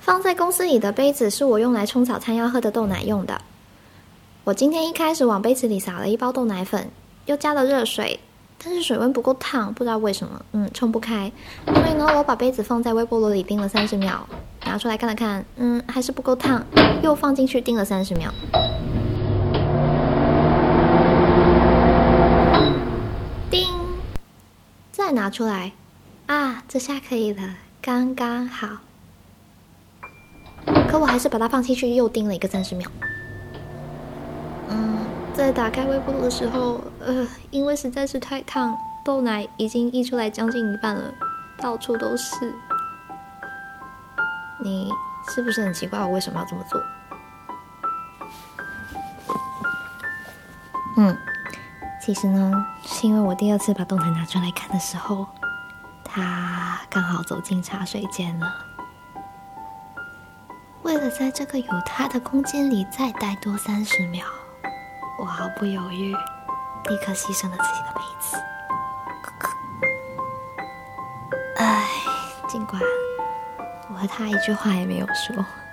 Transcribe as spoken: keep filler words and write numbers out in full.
放在公司里的杯子是我用来冲早餐要喝的豆奶用的。我今天一开始往杯子里撒了一包豆奶粉，又加了热水，但是水温不够烫，不知道为什么，嗯，冲不开。所以呢，我把杯子放在微波炉里叮了三十秒，拿出来看了看，嗯，还是不够烫，又放进去叮了三十秒。叮，再拿出来，啊，这下可以了，刚刚好。可我还是把它放进去，又叮了一个三十秒。嗯，在打开微波炉的时候，呃，因为实在是太烫，豆奶已经溢出来将近一半了，到处都是。你是不是很奇怪我为什么要这么做？嗯，其实呢，是因为我第二次把豆奶拿出来看的时候，它刚好走进茶水间了。为了在这个有它的空间里再待多三十秒，我毫不犹豫，立刻牺牲了自己的杯子。唉，尽管我和他一句话也没有说。